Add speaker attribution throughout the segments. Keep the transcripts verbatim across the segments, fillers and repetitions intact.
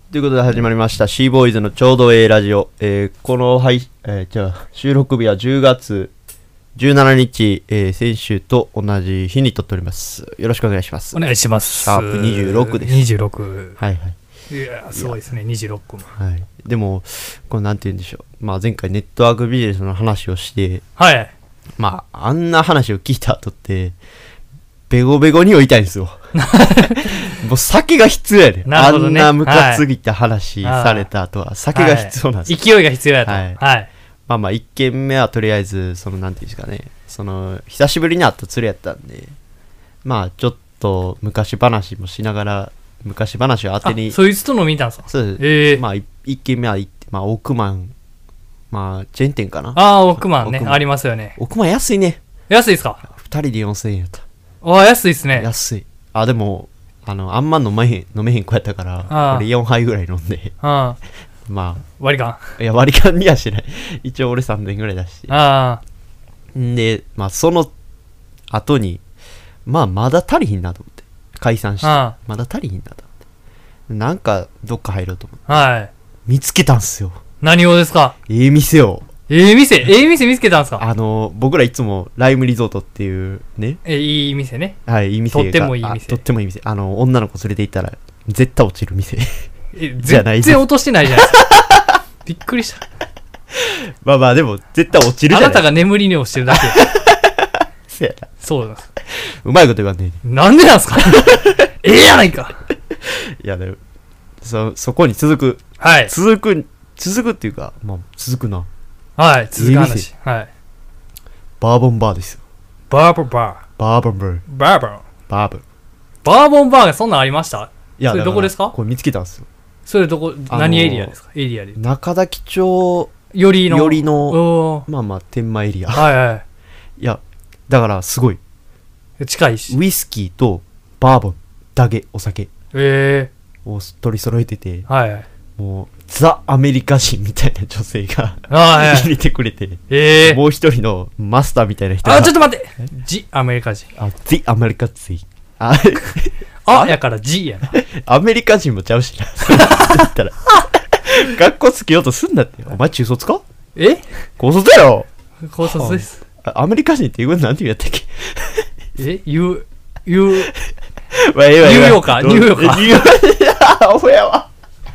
Speaker 1: ということで始まりましたシーボーイズのちょうどええラジオ、えー、この配、えー、じゃあ収録日はじゅうがつじゅうしちにち、えー、先週と同じ日に撮っております。よろしくお願いします。
Speaker 2: お願いします。
Speaker 1: シャープにじゅうろくです。
Speaker 2: にじゅうろく。
Speaker 1: はいはい。
Speaker 2: いやそうですね、にじゅうろくも。
Speaker 1: はい。でもこれなんて言うんでしょう。まあ前回ネットワークビジネスの話をして、
Speaker 2: はい。
Speaker 1: まああんな話を聞いた後ってベゴベゴに酔いたいんですよ。もう酒が必要やね。
Speaker 2: なるほどね。
Speaker 1: あんなムカついた話された後は酒が必要なんですよ。
Speaker 2: はい、勢いが必要やと。はい。はい、
Speaker 1: まあまあいっけんめはとりあえずそのなんていうんですかね。その久しぶりに会った連れやったんで、まあちょっと昔話もしながら昔話を当てに。
Speaker 2: そいつとの見たんですか。
Speaker 1: そうです。
Speaker 2: えー、
Speaker 1: まあいっけんめは行って、まあ億万、まあチェーン店かな。
Speaker 2: ああ億万ね、ありますよね。
Speaker 1: 億万安いね。
Speaker 2: 安いですか。
Speaker 1: ふたりでよんせんえんやった。
Speaker 2: ああ安いですね。
Speaker 1: 安い。あでもあのあんま飲めへん飲めへん子やったから俺よんはいぐらい飲んで、あまあ
Speaker 2: 割り勘。
Speaker 1: いや割り勘にはしない。一応俺さんぜんぐらい出して、あでまあその後にまあまだ足りひんなと思って解散して、まだ足りひんなと思ってなんかどっか入ろうと思って、はい、見つけたんすよ。
Speaker 2: 何をですか。
Speaker 1: ええ店を。
Speaker 2: ええ店ええ店見つけたんですか。
Speaker 1: あの僕らいつもライムリゾートっていうね、
Speaker 2: えいい店ね。
Speaker 1: はい、いい店が
Speaker 2: とってもいい店。
Speaker 1: とってもいい店。あの女の子連れて行ったら絶対落ちる店
Speaker 2: えじゃない。全然落としてないじゃないですか。びっくりした。
Speaker 1: まあまあでも絶対落ちるじゃない。
Speaker 2: あなたが眠りに落ちてるだけ。
Speaker 1: そうやな。
Speaker 2: そうです。
Speaker 1: うまいこと言わんねえ。
Speaker 2: なんでなんすか。ええやないか。
Speaker 1: いやでもそそこに続く、
Speaker 2: はい、
Speaker 1: 続く続くっていうかまあ続くな。
Speaker 2: はい、続く話。はい。
Speaker 1: バーボンバーですよ。
Speaker 2: バーボンバー。
Speaker 1: バーボンバー。
Speaker 2: バーボン。
Speaker 1: バーボン。
Speaker 2: バーボンバーがそんなんありました。いや、それどこですか。
Speaker 1: これ見つけたんですよ。
Speaker 2: それどこ、何エリアですか。エリアで。
Speaker 1: 中崎町
Speaker 2: よりの。
Speaker 1: よりの、まあまあ天満エリア。はいはい。いや、だからすごい。
Speaker 2: 近いし。
Speaker 1: ウイスキーとバーボンだけお酒。
Speaker 2: え
Speaker 1: え。を取り揃えてて。
Speaker 2: はいはい。
Speaker 1: もうザ・アメリカ人みたいな女性が入れてくれて、えー、もう一人のマスターみたいな人が
Speaker 2: あ、ちょっと待ってジ・アメリカ人
Speaker 1: あ、ジ・アメリカ人
Speaker 2: ああやからジやな
Speaker 1: アメリカ人もちゃうしなだったら学校つけようとすんなって。お前中卒か。
Speaker 2: え
Speaker 1: 高卒やろ。
Speaker 2: 高卒です。
Speaker 1: アメリカ人って言うなんて言うやったっけ。
Speaker 2: え言う言う
Speaker 1: まあ、ええわ
Speaker 2: ニューヨーカーニューヨーカー
Speaker 1: ニューヨーカーおやわ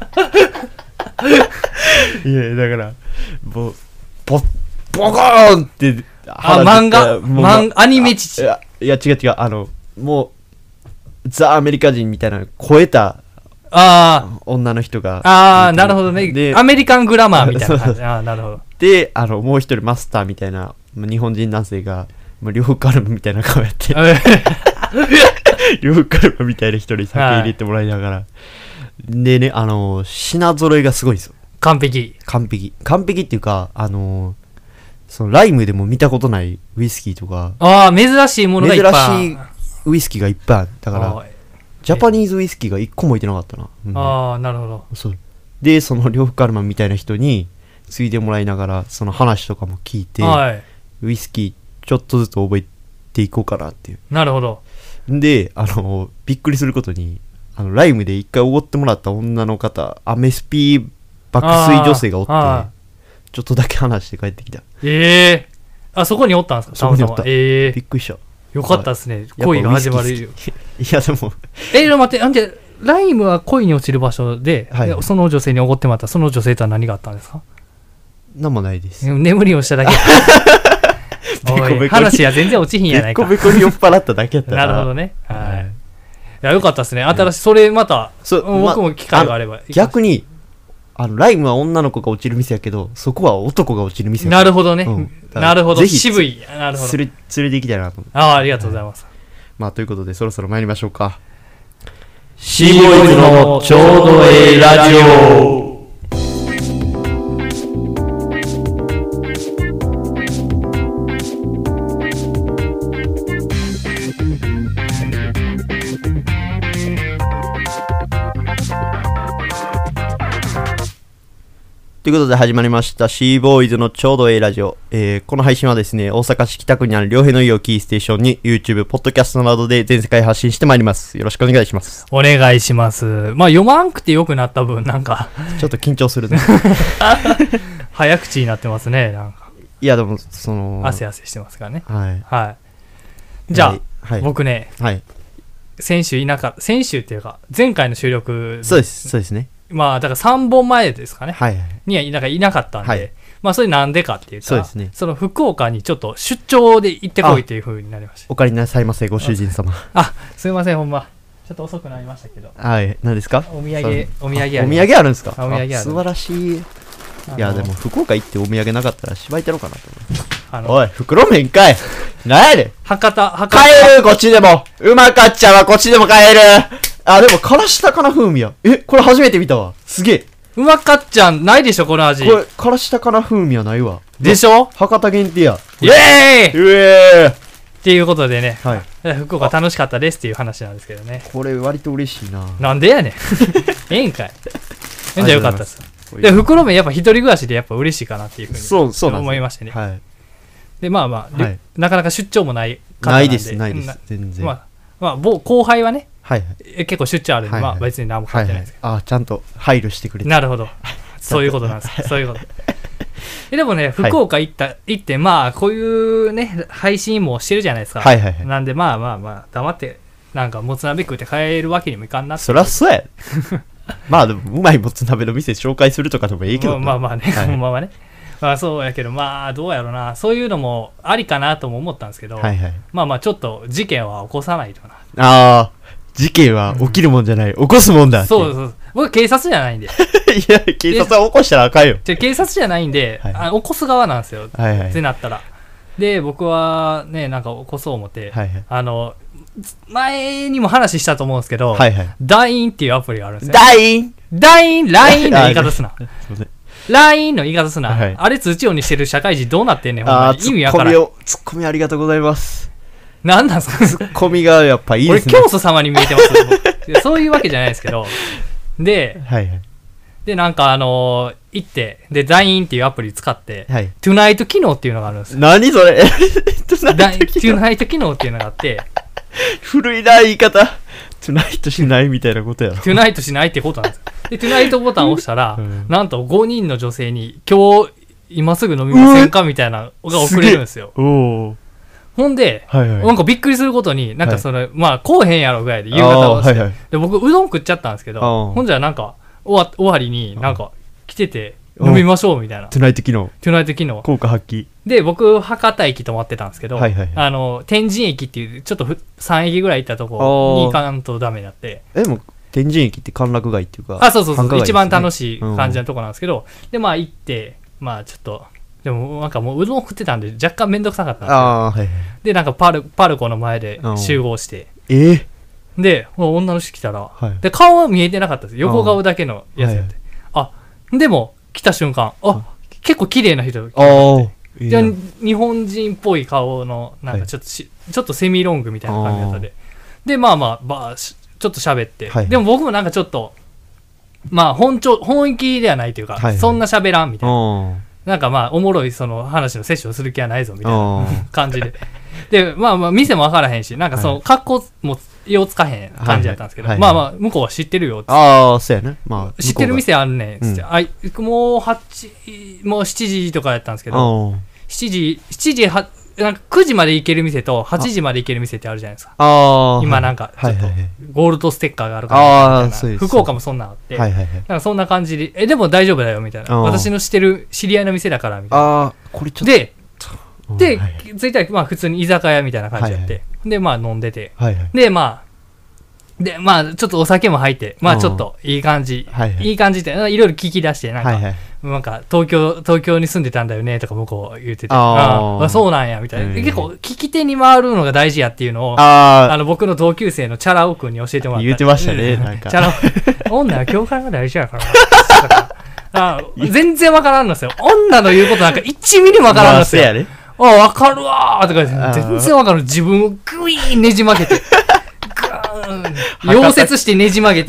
Speaker 1: いやだからもうポッポコーンって
Speaker 2: あ漫画漫アニメ父。
Speaker 1: いやいや違う違うあのもうザ・アメリカ人みたいなの超えたあ女の人が
Speaker 2: ああなるほどね。でアメリカングラマーみたいな感じ。ああなるほど。
Speaker 1: であのもう一人マスターみたいな日本人男性がもう両方カルムみたいな顔やって両方カルムみたいな人に酒入れてもらいながら、はいでね、あのー、品揃えがすごいんですよ。
Speaker 2: 完璧。
Speaker 1: 完璧。完璧っていうか、あのー、そのライムでも見たことないウイスキーとか。
Speaker 2: ああ、珍しいものがいっぱい。
Speaker 1: 珍しいウイスキーがいっぱいある。だから、ジャパニーズウイスキーがいっこもいてなかったな。うん、
Speaker 2: ああ、なるほど。
Speaker 1: そう。で、その両フカルマンみたいな人についでもらいながら、その話とかも聞いて、はい、ウイスキーちょっとずつ覚えていこうかなっていう。
Speaker 2: なるほど。
Speaker 1: で、あのー、びっくりすることに、あのライムで一回おごってもらった女の方アメスピー爆睡女性がおってちょっとだけ話して帰ってきた。
Speaker 2: ええー、あそこにおったんですか。
Speaker 1: そこにおった。
Speaker 2: ええー、
Speaker 1: びっくりした。
Speaker 2: よかったですね。恋が始まる。い
Speaker 1: やでも
Speaker 2: えー、待ってなんでライムは恋に落ちる場所で、はい、その女性におごってもらったその女性とは何があったんですか。
Speaker 1: なんもないです。
Speaker 2: 眠りをしただけ。おい話は全然落ちひんやないか。
Speaker 1: ベコベコに酔っ払っただけやったら。
Speaker 2: なるほどね。はい。いやよかったですね。新しい、それまた僕も機会があれば、ま、
Speaker 1: 逆にあのライムは女の子が落ちる店やけどそこは男が落ちる店や。
Speaker 2: なるほどね、うん、なるほど。ぜひ渋い。なるほど。
Speaker 1: 連れ連れて行きたいなと思って。
Speaker 2: ああありがとうございます、はい、
Speaker 1: まあということでそろそろ参りましょうか。
Speaker 2: シーボーイズのちょうどええラジオ。
Speaker 1: ということで始まりましたシーボーイズのちょうどええラジオ、えー、この配信はですね大阪市北区にある両平の家をキーステーションに YouTube、ポッドキャストなどで全世界発信してまいります。よろしくお願いします。
Speaker 2: お願いします。まあ読まんくてよくなった分なんか
Speaker 1: ちょっと緊張するね
Speaker 2: 早口になってますね。なんか
Speaker 1: いやでもその
Speaker 2: 汗汗してますからね。
Speaker 1: はい
Speaker 2: はいじゃあ、はいはい、僕ね、
Speaker 1: はい、
Speaker 2: 先週いなか先週っていうか前回の収録
Speaker 1: そうですそうですね。
Speaker 2: まあだからさんぼんまえですかね、
Speaker 1: はいはい、
Speaker 2: にはいなかいなかったんで、はい、まあそれなんでかっていうと
Speaker 1: そうですね、
Speaker 2: その福岡にちょっと出張で行ってこいという風になりました。
Speaker 1: お帰りなさいませご主人様。
Speaker 2: あ、すいませんほんま。ちょっと遅くなりましたけど。
Speaker 1: はい、何ですか？
Speaker 2: お土産お土産ある。
Speaker 1: お土産あるんですか？
Speaker 2: お土産ある。
Speaker 1: 素晴らしい。いやでも福岡行ってお土産なかったらしばいてろうかなと思う。おい袋麺かい。なんやで。
Speaker 2: 博多博多。
Speaker 1: 帰るこっちでも。うまかっちゃはこっちでも帰る。あでもからしたかな風味や。えこれ初めて見たわ。すげえ。
Speaker 2: うまかっちゃんないでしょこの味。
Speaker 1: これからしたかな風味はないわ。
Speaker 2: でしょ？
Speaker 1: 博多限定や。
Speaker 2: イエーイ。
Speaker 1: うえー。
Speaker 2: っていうことでね、
Speaker 1: はい、
Speaker 2: 福岡楽しかったですっていう話なんですけどね。
Speaker 1: これ割と嬉しいな。
Speaker 2: なんでやねん。ええんかい。えんじゃよかったです。で袋麺やっぱ一人暮らしでやっぱ嬉しいかなっていうふうに
Speaker 1: そうそう
Speaker 2: 思いましてね。
Speaker 1: はい、
Speaker 2: でまあまあ、
Speaker 1: はい、
Speaker 2: なかなか出張もない
Speaker 1: 方なんで。ないですないです全然。
Speaker 2: まあまあ後輩はね、
Speaker 1: はいはい、
Speaker 2: 結構出張あるんで、はいはい、まあ別に何も書いてないですけど。
Speaker 1: はいはい、あちゃんと配慮してくれて。
Speaker 2: なるほど。そういうことなんです。そういうこと。でもね福岡行った、はい、行ってまあこういうね配信もしてるじゃないですか。
Speaker 1: はいはいはい、
Speaker 2: なんでまあまあまあ黙ってなんかもつ鍋食って帰るわけにもいかんなって。
Speaker 1: そりゃそうや。まあでもうまいもつ鍋の店紹介するとかでもいいけど、
Speaker 2: まあまあね、はい、まあまあね、まあそうやけどまあどうやろうな、そういうのもありかなとも思ったんですけど、
Speaker 1: はいはい、
Speaker 2: まあまあちょっと事件は起こさないとな。
Speaker 1: ああ事件は起きるもんじゃない、うん、起こすもんだ。
Speaker 2: そうそうそう、僕警察じゃないんで。い
Speaker 1: や警察は起こしたらあかんよ。
Speaker 2: じゃ警察じゃないんで、はい、あ起こす側なんですよ、
Speaker 1: はいはい、
Speaker 2: ってなったら。で僕はねなんか起こそう思って、はいはい、あの前にも話したと思うんですけど、はいはい、ダイン っていうアプリがあるんですよ。
Speaker 1: ダイン
Speaker 2: ダイン ライン の言い方すな。ライン の言い方すな、はい、あれ通知音にしてる社会人どうなってんねん。ほんまに意味わからん。
Speaker 1: ツッコミありがとうございます。
Speaker 2: なんなんすか
Speaker 1: ツッコミがやっぱいいですね。
Speaker 2: 俺教祖様に見えてますそういうわけじゃないですけどで、はいはい、でなんかあのー、行ってで ダイン っていうアプリ使って、はい、トゥナイト機能っていうのがあるんですよ。
Speaker 1: 何それ
Speaker 2: トゥナイト機能っていうのがあって
Speaker 1: 古いな言い方。トゥナイトしないみたいなことやろ。
Speaker 2: トゥナイトしないってことなんですよ。でトゥナイトボタンを押したら、うん、なんとごにんの女性に今日今すぐ飲みませんかみたいなのが送れるんですよ。おほんで、はいはい、なんかびっくりすることになんかその、はい、まあこうへんやろぐらいで夕方をして、はいはい、で僕うどん食っちゃったんですけど、ほんじゃなんか終わ終わりになんか来てて飲みましょうみたいな。
Speaker 1: トゥナイト機能。
Speaker 2: トゥナイト機能。
Speaker 1: 効果発揮。
Speaker 2: で僕博多駅止まってたんですけど、はいはいはい、あの天神駅っていうちょっとさん駅ぐらい行ったとこに行かんとダメだって。
Speaker 1: えでも天神駅って歓楽街っていうか。
Speaker 2: あそうそうそう、ね、一番楽しい感じのとこなんですけど、うん、でまあ行ってまあちょっと。でもなんかもううどん食ってたんで若干めんどくさかったんですよ。あ、はいはい、でなんかパルパルコの前で集合して、えー、で女の人来たら、はい、で顔は見えてなかったです。横顔だけのやつやって、あ、はい、でも来た瞬間あ結構綺麗な人来て、じゃ日本人っぽい顔のなんかちょっとし、はい、ちょっとセミロングみたいな感じのやつで、でまあまあばちょっと喋って、はい、でも僕もなんかちょっとまあ本調本意ではないというか、はいはい、そんな喋らんみたいな。なんかまあおもろいその話のセッションする気はないぞみたいな感じででまあまあ店も分からへんしなんかその格好もようつかへん感じだったんですけど、はいはいはい、まあまあ向こうは知ってるよって、
Speaker 1: ああそうやね、まあ、
Speaker 2: 知ってる店あるねんつって、うん、あもうはちもうしちじとかやったんですけどしちじしちじはなんかくじまで行ける店とはちじまで行ける店ってあるじゃないですか。あ今なんかちょっとゴールドステッカーがあるからみたいな、福岡もそんなんあって、はいはいはい、なんかそんな感じでえでも大丈夫だよみたいな、私の知ってる知り合いの店だからみたいな。あこれちょっとでで、はい、着いたらまあ普通に居酒屋みたいな感じやって、はいはい、でまあ飲んでて、はいはい、でまあでまあちょっとお酒も入ってまあちょっといい感じ、はいはい、いい感じでいろいろ聞き出してなんか、はいはい、なんか東京東京に住んでたんだよねとか向こう言ってて、ああそうなんやみたいな、結構聞き手に回るのが大事やっていうのをああの僕の同級生のチャラオ君に教えてもらった。
Speaker 1: 言ってましたねなんか
Speaker 2: チャラオ女は教会が大事やからあ全然わからんのですよ。女の言うことなんかいちミリもわからんのですよ。まあね、あわかるわーとか全然わかる。自分をグイーンねじ曲げて溶接してねじ曲げて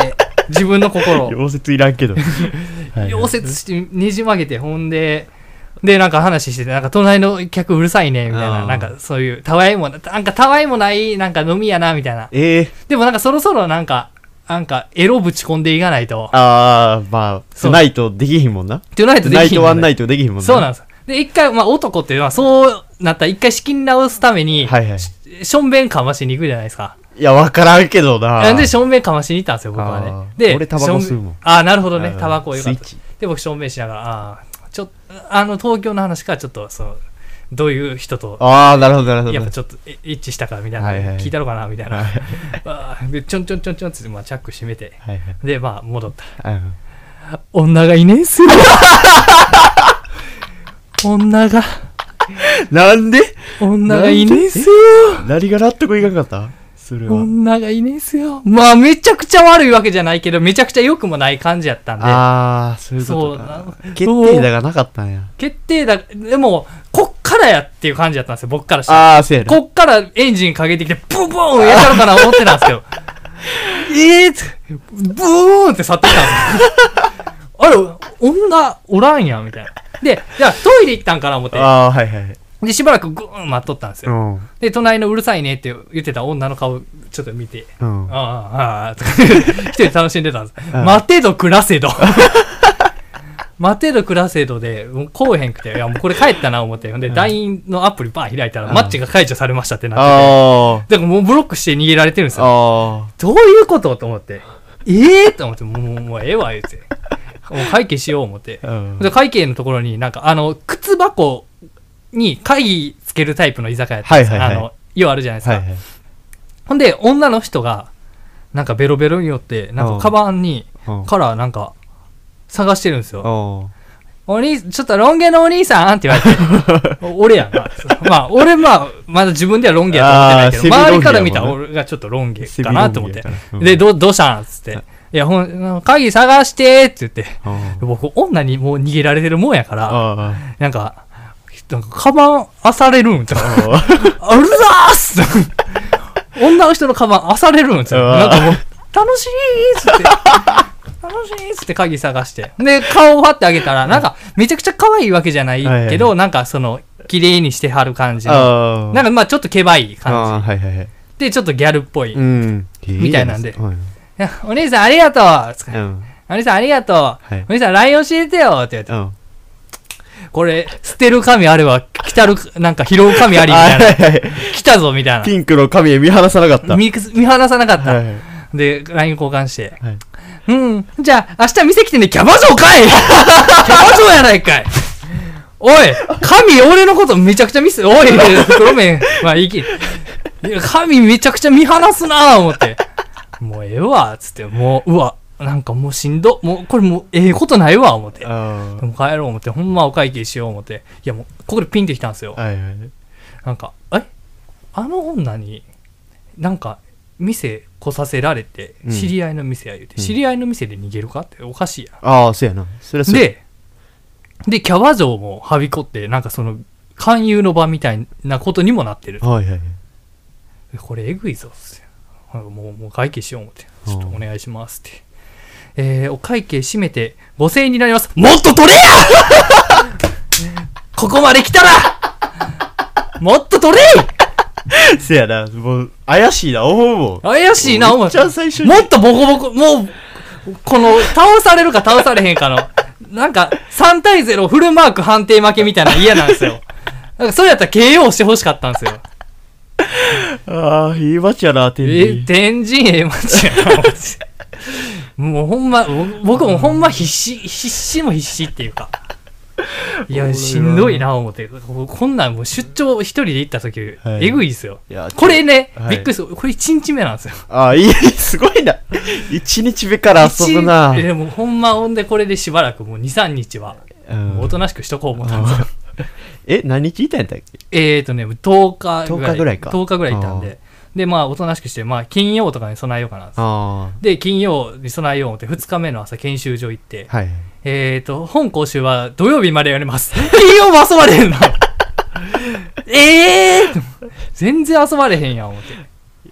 Speaker 2: 自分の心を
Speaker 1: 溶接いらんけど
Speaker 2: 溶接してねじ曲げて、ほんででなんか話してて、なんか隣の客うるさいねみたいな、なんかそういうたわいもなんかたわいもないなんか飲みやなみたいな、
Speaker 1: えー、
Speaker 2: でもなんかそろそろなんかなんかエロぶち込んでいかないと、
Speaker 1: ああまあトゥナイトできひんもんな、
Speaker 2: トゥナイトできひんもん、ね、
Speaker 1: ナイトワンナイトできひんもんな、
Speaker 2: そうなんです。で一回まあ男っていうのはそうなったら一回仕切り直すために、はいはい、し, しょんべんかましに行くじゃないですか。
Speaker 1: いや分からんけどな。
Speaker 2: なんでしょんべんかましに行ったんですよ僕はね。で
Speaker 1: 俺タバコ吸うもん。
Speaker 2: ああなるほどね、タバコよかった。で僕しょんべんしながら、ああちょっとあの東京の話からちょっとそのどういう人と
Speaker 1: ああなるほどなるほど
Speaker 2: やっぱちょっと一致したかみたいな、はいはい、聞いたのかなみたいな、はい、でちょんちょんちょんちょんって、まあ、チャック閉めて、はいはい、でまあ戻った、はいはい、女がいねえっすよ女が
Speaker 1: なんで
Speaker 2: 女がいねえっすよ。
Speaker 1: 何が納得いかんかった？それは
Speaker 2: 女がいねえっすよ。まあめちゃくちゃ悪いわけじゃないけど、めちゃくちゃ良くもない感じやったんで。
Speaker 1: ああそういうことか。決定打がなかったんや。
Speaker 2: 決定打でもこっからやっていう感じやったんですよ僕からした
Speaker 1: ら。ああそうやな。
Speaker 2: こっからエンジンかけてきてブンブンやったのかな思ってたんですけどえーってブーンって去ってきたんですよあれ女おらんやんみたいな。でじゃあトイレ行ったんかな思って。ああはいはい。でしばらくグーン待っとったんですよ、うん、で隣のうるさいねって言ってた女の顔ちょっと見て、うん、ああああとか一人で楽しんでたんです、うん、待てど暮らせど待てど暮らせどでもうこうへんくて、いやもうこれ帰ったな思って、で、うん、ライン のアプリバーン開いたら、うん、マッチが解除されましたってなってて、だからもうブロックして逃げられてるんですよ。どういうことと思って、ええー、と思って、もうもうええわ言うてもう会計しよう思って、うん、で会計のところになんかあの靴箱に鍵つけるタイプの居酒屋やったんです、はいはいはい、あの要あるじゃないですか、はいはい、ほんで女の人がなんかベロベロによってなんかカバンにからなんか探してるんですよ。お兄ちょっとロン毛のお兄さんって言われて俺やなまあ俺まあまだ自分ではロン毛やと思ってないけど、周りから見たら俺がちょっとロン毛かなと思って、うん、で ど, どうしたんっつっていやほん鍵探してって言って僕女にもう逃げられてるもんやからなんかなんかカバンあされるんちゃうあるざーす女の人のカバンあされるんちゃうなんかもう楽しいっつって楽しいっつって鍵探してで顔をファってあげたらなんかめちゃくちゃ可愛いわけじゃないけど、はいはいはい、なんかその綺麗にしてはる感じのなんかまあちょっとけばいい感じ、はいはいはい、でちょっとギャルっぽい、うん、みたいなんで、はい、いやお姉さんありがとうつって、うん、お姉さんありがとう、はい、お姉さん ライン 教えてよって言って、うんこれ捨てる紙あれば来たるなんか拾う紙ありみたいなはいはい、はい、来たぞみたいな
Speaker 1: ピンクの紙へ見放さなかった
Speaker 2: 見, 見放さなかった、はいはい、で ライン 交換して、はい、うんじゃあ明日店来てねキャバ嬢かいキャバ嬢やないかいおい紙俺のことめちゃくちゃ見せおい袋麺まあいいき紙めちゃくちゃ見放すなぁ思ってもうええわっつってもううわなんかもうしんどもうこれもうええことないわ思ってでも帰ろう思ってほんまお会計しよう思っていやもうここでピンってきたんですよ、はいはい、なんかえあの女になんか店来させられて知り合いの店や言うて、うん、知り合いの店で逃げるかっておかしいやん
Speaker 1: ああそうやなそれはそう
Speaker 2: ででキャバ嬢もはびこってなんかその勧誘の場みたいなことにもなってる、はいはいはい、これえぐいぞもう、もう会計しよう思ってちょっとお願いしますってえー、お会計締めてごせんえんになります。もっと取れやここまで来たらもっと取れ
Speaker 1: せやなもう怪しいな思うもん
Speaker 2: 怪しいな思う
Speaker 1: ちゃ最初に
Speaker 2: もっとボコボコもうこの倒されるか倒されへんかのなんかさんたいゼロフルマーク判定負けみたいなの嫌なんですよなんかそれやったら ケーオー してほしかったんですよ
Speaker 1: ああいい街やな天神
Speaker 2: え天神ええ街やなもうほんま僕もほんま必死必死も必死っていうかいやしんどいな思ってこんなんもう出張一人で行った時、はい、えぐいですよこれね、はい、びっくりするこれいちにちめなんですよ
Speaker 1: あいいすごいないちにちめから遊ぶな
Speaker 2: でもほんまほんでこれでしばらくもう にさんにちはおとなしくしとこう思ったんですよ
Speaker 1: え何日いたんやったっけ
Speaker 2: えーとねとおか
Speaker 1: ぐらいとおかぐらいか
Speaker 2: とおかぐらいいたんででまあおとなしくしてまあ金曜とかに備えようかなあで金曜に備えようってふつかめの朝研修所行って、はい、えーと本講習は土曜日までやります金曜も遊ばれへんのええー、全然遊ばれへんやん思って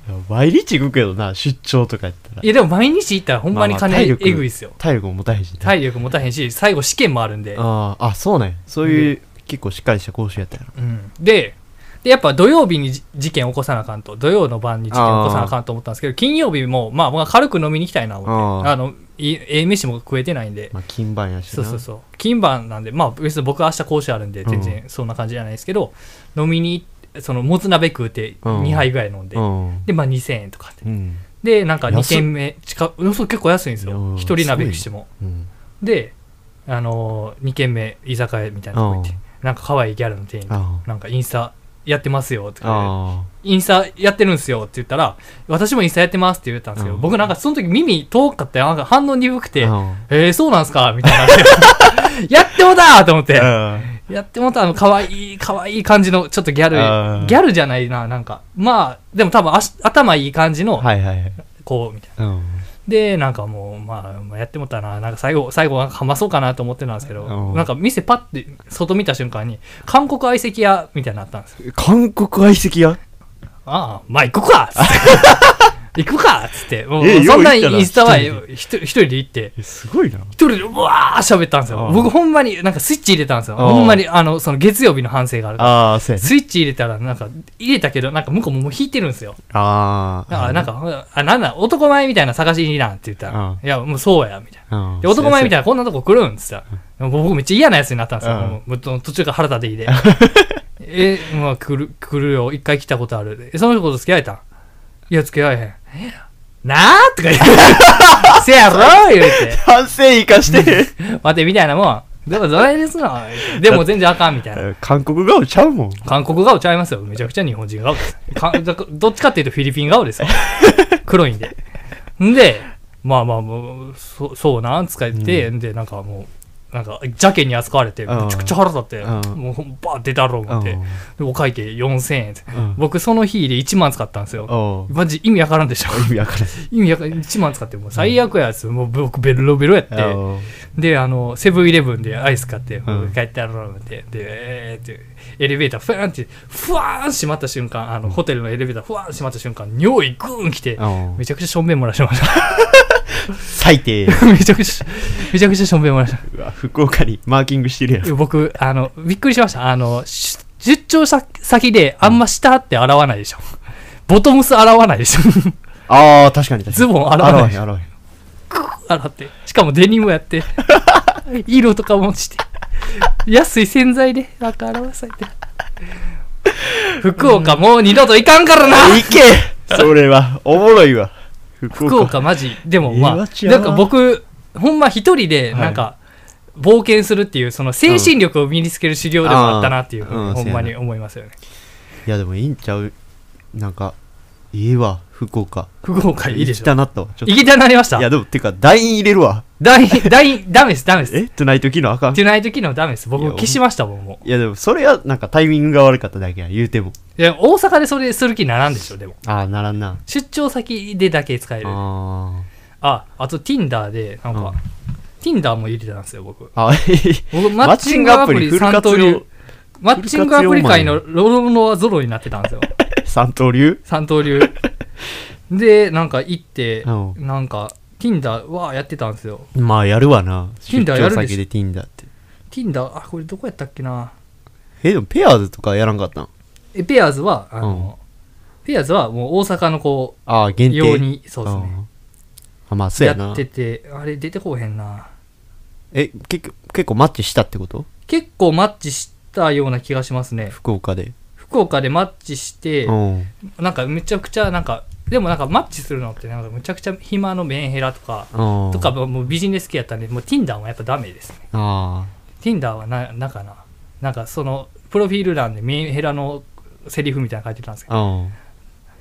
Speaker 1: 毎日行くけどな、出張とかやったら。
Speaker 2: いやでも毎日行ったらほんまに金えぐいっすよ。
Speaker 1: 体力も持たへんし、ね、
Speaker 2: 体力も持たへんし、最後試験もあるんで。
Speaker 1: ああ、そうね。そういう結構しっかりした講習やったやろ。
Speaker 2: うん、ででやっぱ土曜日に事件起こさなあかんと、土曜の晩に事件起こさなあかんと思ったんですけど、金曜日もまあまあ軽く飲みに行きたいな思って、あのええ飯も食えてないんで、
Speaker 1: まあ、金晩やしな。
Speaker 2: そうそうそう、金晩なんで、まあ別に僕は明日講習あるんで全然そんな感じじゃないですけど、うん、飲みに行ってそのもつ鍋食うてにはいぐらい飲んで、うん、でまあにせんえんとかで、うん、でなんかに軒目近そう結構安いんですよ、一人鍋しても、うん、であのー、に軒目居酒屋みたいなとこ行って、なんか可愛いギャルの店員となんかインスタやってますよとか、インスタやってるんですよって言ったら、私もインスタやってますって言ったんですけど、僕なんかその時耳遠かったよ、なんか反応鈍くて、えーそうなんすかみたいなやってもだと思って、やってもたの可愛い可愛い感じのちょっとギャルギャルじゃないな、なんかまあでも多分頭いい感じのこうみたいな、でなんかもう、まあ、やってもったな、なんか最後最後なんかかまそうかなと思ってたんですけど、うん、なんか店パッて外見た瞬間に韓国相席屋みたいになったんですよ。
Speaker 1: 韓国相席屋？
Speaker 2: ああ、まあ行くかっつって行くかっつって、もうそんなインスタは一人で行って、
Speaker 1: すごいな、
Speaker 2: 一人でうわー喋ったんですよ。僕ほんまになんかスイッチ入れたんですよ。ほんまにあのその月曜日の反省があるから、あそうや、ね、スイッチ入れたらなんか入れたけどなんか向こうももう引いてるんですよ。ああ、なんかあなんだ男前みたいな探しになんって言ったら、いやもうそうやみたいな、で男前みたいなこんなとこ来るんっつったら、僕めっちゃ嫌なやつになったんですよ。もう途中から腹立ていいでえまあ来る来るよ、一回来たことある。そのこと付き合えた？いや付き合えへん。なーとか言ってせやろ言うて
Speaker 1: 反省生かして
Speaker 2: 待てみたいなもんでもどないですのでも全然あかんみたいな。
Speaker 1: 韓国顔ちゃうもん。
Speaker 2: 韓国顔ちゃいますよ。めちゃくちゃ日本人顔ですかどっちかっていうとフィリピン顔ですよ黒いんで。んでまあまあもう そ, そうなんつか言って、うん、でなんかもうなんか邪気に扱われてめちゃくちゃ腹立って、うん、もうバー出たろう思って、うん、でお会計よんせんえん、うん、僕その日でいちまん使ったんですよ。マジ意味わからんでしょ。
Speaker 1: 意味わからん
Speaker 2: 意味わからんいちまん使ってもう最悪やつ、うん、もう僕ベロベロやって、であのセブンイレブンでアイス買って、うん、帰ってやろう思ってでえーってエレベーターフワーンってフワーン閉まった瞬間、あの、うん、ホテルのエレベーターフワーン閉まった瞬間尿意グーン来て、めちゃくちゃしょんべん漏らしました
Speaker 1: 最低
Speaker 2: めちゃくちゃめちゃくちゃしょんべん漏らした。
Speaker 1: うわ福岡にマーキングしてるやん。
Speaker 2: 僕あのびっくりしました。あの出張先であんま下って洗わないでしょ、うん、ボトムス洗わないでしょ
Speaker 1: ああ確かに確かに
Speaker 2: ズボン洗わないでしょ。洗わへん洗ってしかもデニムやって色とかも落ちて安い洗剤でなんか洗わされて福岡もう二度と行かんからな。
Speaker 1: 行けそれはおもろいわ。
Speaker 2: 福岡, 福岡マジでもまあなんか僕ほんま一人でなんか冒険するっていうその精神力を身につける修行でもあったなっていうふうに、うん、ほんまに思いますよね。
Speaker 1: いやでもいいんちゃう、なんかいいわ福岡。
Speaker 2: 福岡いいでしょ。
Speaker 1: 行きたなったわ。
Speaker 2: 行きたなりました。
Speaker 1: いやでもてか団員入れるわ。
Speaker 2: 団員団員ダメですダメです。
Speaker 1: えトゥナイト機能あかん。
Speaker 2: トゥナイト機能ダメです。僕消しましたもんもう。
Speaker 1: いやでもそれはなんかタイミングが悪かっただけや言うても。
Speaker 2: いや大阪でそれする気ならんでしょ。でも
Speaker 1: ああならんな。
Speaker 2: 出張先でだけ使える。あああと Tinder でなんか、うん、Tinder も入れてたんですよ僕。あ僕マッチングアプリ三刀流マッチングアプリ界のロロノアゾロになってたんですよ
Speaker 1: 三刀流
Speaker 2: 三刀流でなんか行って、うん、なんか Tinder はやってたんですよ。
Speaker 1: まあやるわな。
Speaker 2: Tinder やるでしょ。
Speaker 1: 出張先で Tinder って
Speaker 2: Tinder あこれどこやったっけな。
Speaker 1: えでもペアーズとかやらんかったん。
Speaker 2: えペアーズはあの、うん、ペアーズはもう大阪のこう
Speaker 1: あ限定
Speaker 2: 用にそうですね。
Speaker 1: あまあそうやな。
Speaker 2: やっててあれ出てこうへんな。
Speaker 1: え結構結構マッチしたってこと？
Speaker 2: 結構マッチしたような気がしますね。
Speaker 1: 福岡で
Speaker 2: 福岡でマッチして、うん、なんかめちゃくちゃなんかでもなんかマッチするのってなんかめちゃくちゃ暇のメンヘラとか、うん、とかもうビジネス系やったんでもう Tinder はやっぱダメですね。あ Tinder はななんかななんかそのプロフィール欄でメンヘラのセリフみたいなの書いてたんですけど、うん、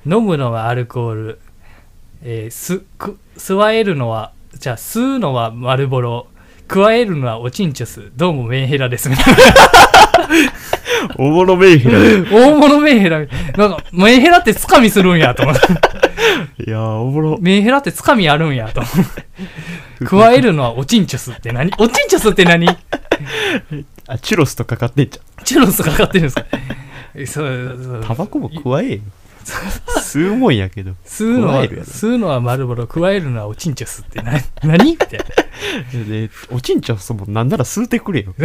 Speaker 2: 飲むのはアルコール、えー、すく吸わえるのはじゃあ吸うのは丸ボロ、加えるのはおちんちょす、どうもメンヘラですみたいな
Speaker 1: 大物メンヘラ
Speaker 2: 大物メンヘラなんかメンヘラってつかみするんやと思って
Speaker 1: いやーおもろ。
Speaker 2: メンヘラってつかみあるんやと思って加えるのはおちんちょすって何おちんちょすって何
Speaker 1: あチュロスとかかってんじゃん。
Speaker 2: チュロスとかかってるんですかそうそう
Speaker 1: タバコも加え吸うもんやけど。
Speaker 2: 吸うのは、吸うのは丸ボロ、加えるのはおちんちょすってな、何みたいな。
Speaker 1: で、おちんちょすもなんなら吸うてくれよ。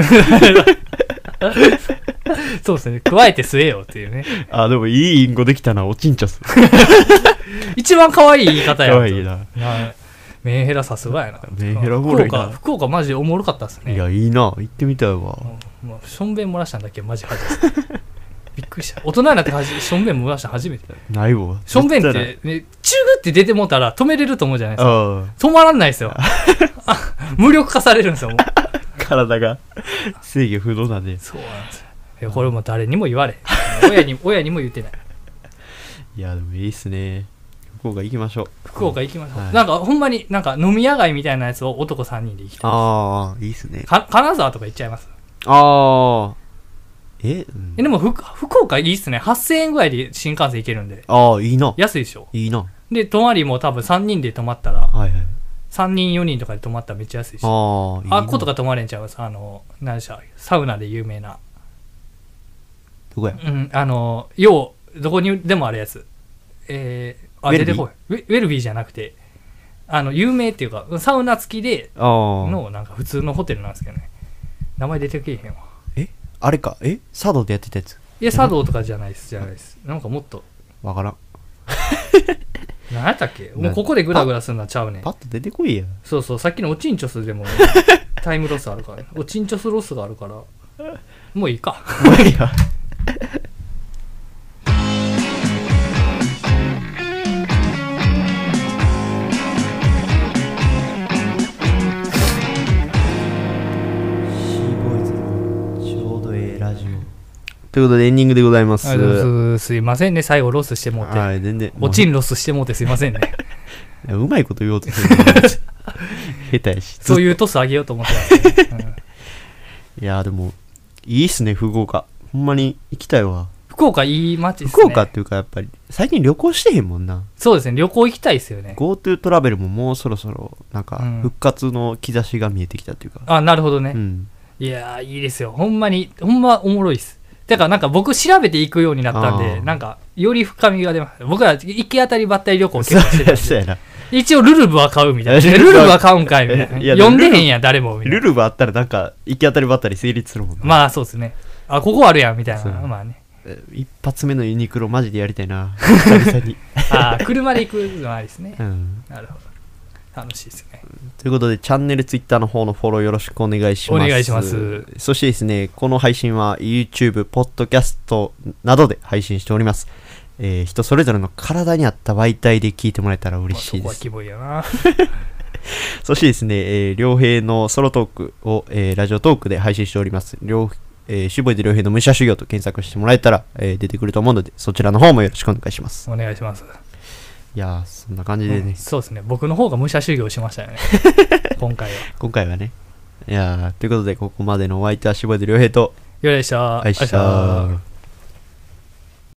Speaker 2: そうですね。加えて吸えよっていうね。
Speaker 1: あ、でもいい隠語できたな、おちんちょす。
Speaker 2: 一番可愛い言い方や。
Speaker 1: 可愛いな。
Speaker 2: メンヘラさすがやな。
Speaker 1: メンヘラおもろいな。
Speaker 2: 福岡、福岡マジおもろかったっすね。
Speaker 1: いや、いいな。行ってみたいわ。
Speaker 2: もうしょんべん漏らしたんだっけマジ初めて。びっくりした。大人になってしょんべん漏らした初めてだよ。
Speaker 1: ないわ。
Speaker 2: しょんべんって、ね、チューって出てもたら止めれると思うじゃないですか。止まらんないですよ。無力化されるんですよ、もう。
Speaker 1: 体が制御不能なんで。
Speaker 2: そうなんですよ。いやこれも誰にも言われ。親に、親にも言ってない。
Speaker 1: いや、でもいいっすね。福岡行きましょう。
Speaker 2: 福岡行きましょう。はい、なんかほんまになんか飲み屋街みたいなやつを男さんにんで行きたい。
Speaker 1: ああ、いいっすね。
Speaker 2: か金沢とか行っちゃいます。
Speaker 1: ああ。え、うん、
Speaker 2: えでもふ福岡いいっすね。はっせんえんぐらいで新幹線行けるんで。
Speaker 1: ああ、いいな。
Speaker 2: 安いでしょ。
Speaker 1: いいな。
Speaker 2: で、泊まりも多分さんにんで泊まったら、はいはい、さんにんよにんとかで泊まったらめっちゃ安いし。ああ、あっことか泊まれんちゃいます。あの、何でした、サウナで有名な。
Speaker 1: どこや？
Speaker 2: うん、あの、よう、どこにでもあるやつ。えー、あ、出てこい。ウェ、ウェルビーじゃなくて、あの、有名っていうか、サウナ付きでの、なんか普通のホテルなんですけどね。名前出てけえへんわ。
Speaker 1: えあれか、え茶道でやってたやつ？
Speaker 2: いや、茶道とかじゃないです、じゃないです。なんかもっと。
Speaker 1: わからん。
Speaker 2: 何やったっけ？もうここでグラグラするのはちゃうねん。
Speaker 1: パッと出てこいや。
Speaker 2: そうそう、さっきのおちんちょすでもタイムロスあるからね。おちんちょすロスがあるから。もういいか。もういいや。
Speaker 1: ということでエンディングでございます。
Speaker 2: すいませんね、最後ロスしてもうて。はい、全然。おちんロスしてもうてすいませんね。
Speaker 1: うまいこと言おうとする。下手やし。
Speaker 2: そういうトスあげようと思ってます、ね
Speaker 1: うん、いやでも、いいっすね、福岡。ほんまに行きたいわ。
Speaker 2: 福岡いい街っすね。
Speaker 1: 福岡っていうかやっぱり、最近旅行してへんもんな。
Speaker 2: そうですね、旅行行きたいっすよね。
Speaker 1: GoTo トラベルももうそろそろ、なんか、復活の兆しが見えてきたっていうか。
Speaker 2: うん、あ、なるほどね。うん、いやー、いいですよ。ほんまに、ほんまおもろいっす。だからなんか僕調べていくようになったんで、なんかより深みが出ます。僕ら行き当たりばったり旅行結構してたんで。一応ルルブは買うみたいな。ルルブは買うんかいみたいな。読んでへんやん誰もみたいな。
Speaker 1: ルルブあったらなんか行き当たりばったり成立するもんね。
Speaker 2: まあそうですね。あ、ここあるやんみたいな。まあね。
Speaker 1: 一発目のユニクロマジでやりたいな。
Speaker 2: ああ、車で行くのありですね。うん、なるほど。楽しいですね。
Speaker 1: ということで、チャンネル、ツイッターの方のフォローよろしくお願いします。
Speaker 2: お願いします。
Speaker 1: そしてですね、この配信は YouTube、ポッドキャストなどで配信しております。えー、人それぞれの体に合った媒体で聞いてもらえたら嬉しいです。まあ、そこは希望やな。そしてですね、えー、両平のソロトークを、えー、ラジオトークで配信しております。両えー、シュボイで両平の武者修行と検索してもらえたら、えー、出てくると思うので、そちらの方もよろしくお願いします。
Speaker 2: お願いします。
Speaker 1: いやー、そんな感じでね、うん、
Speaker 2: そうですね、僕の方が武者修行しましたよね。今回は。
Speaker 1: 今回はね。いやー、ということで、ここまでのお相手はシュボイで両平と、
Speaker 2: よいしょ。
Speaker 1: よいしょ。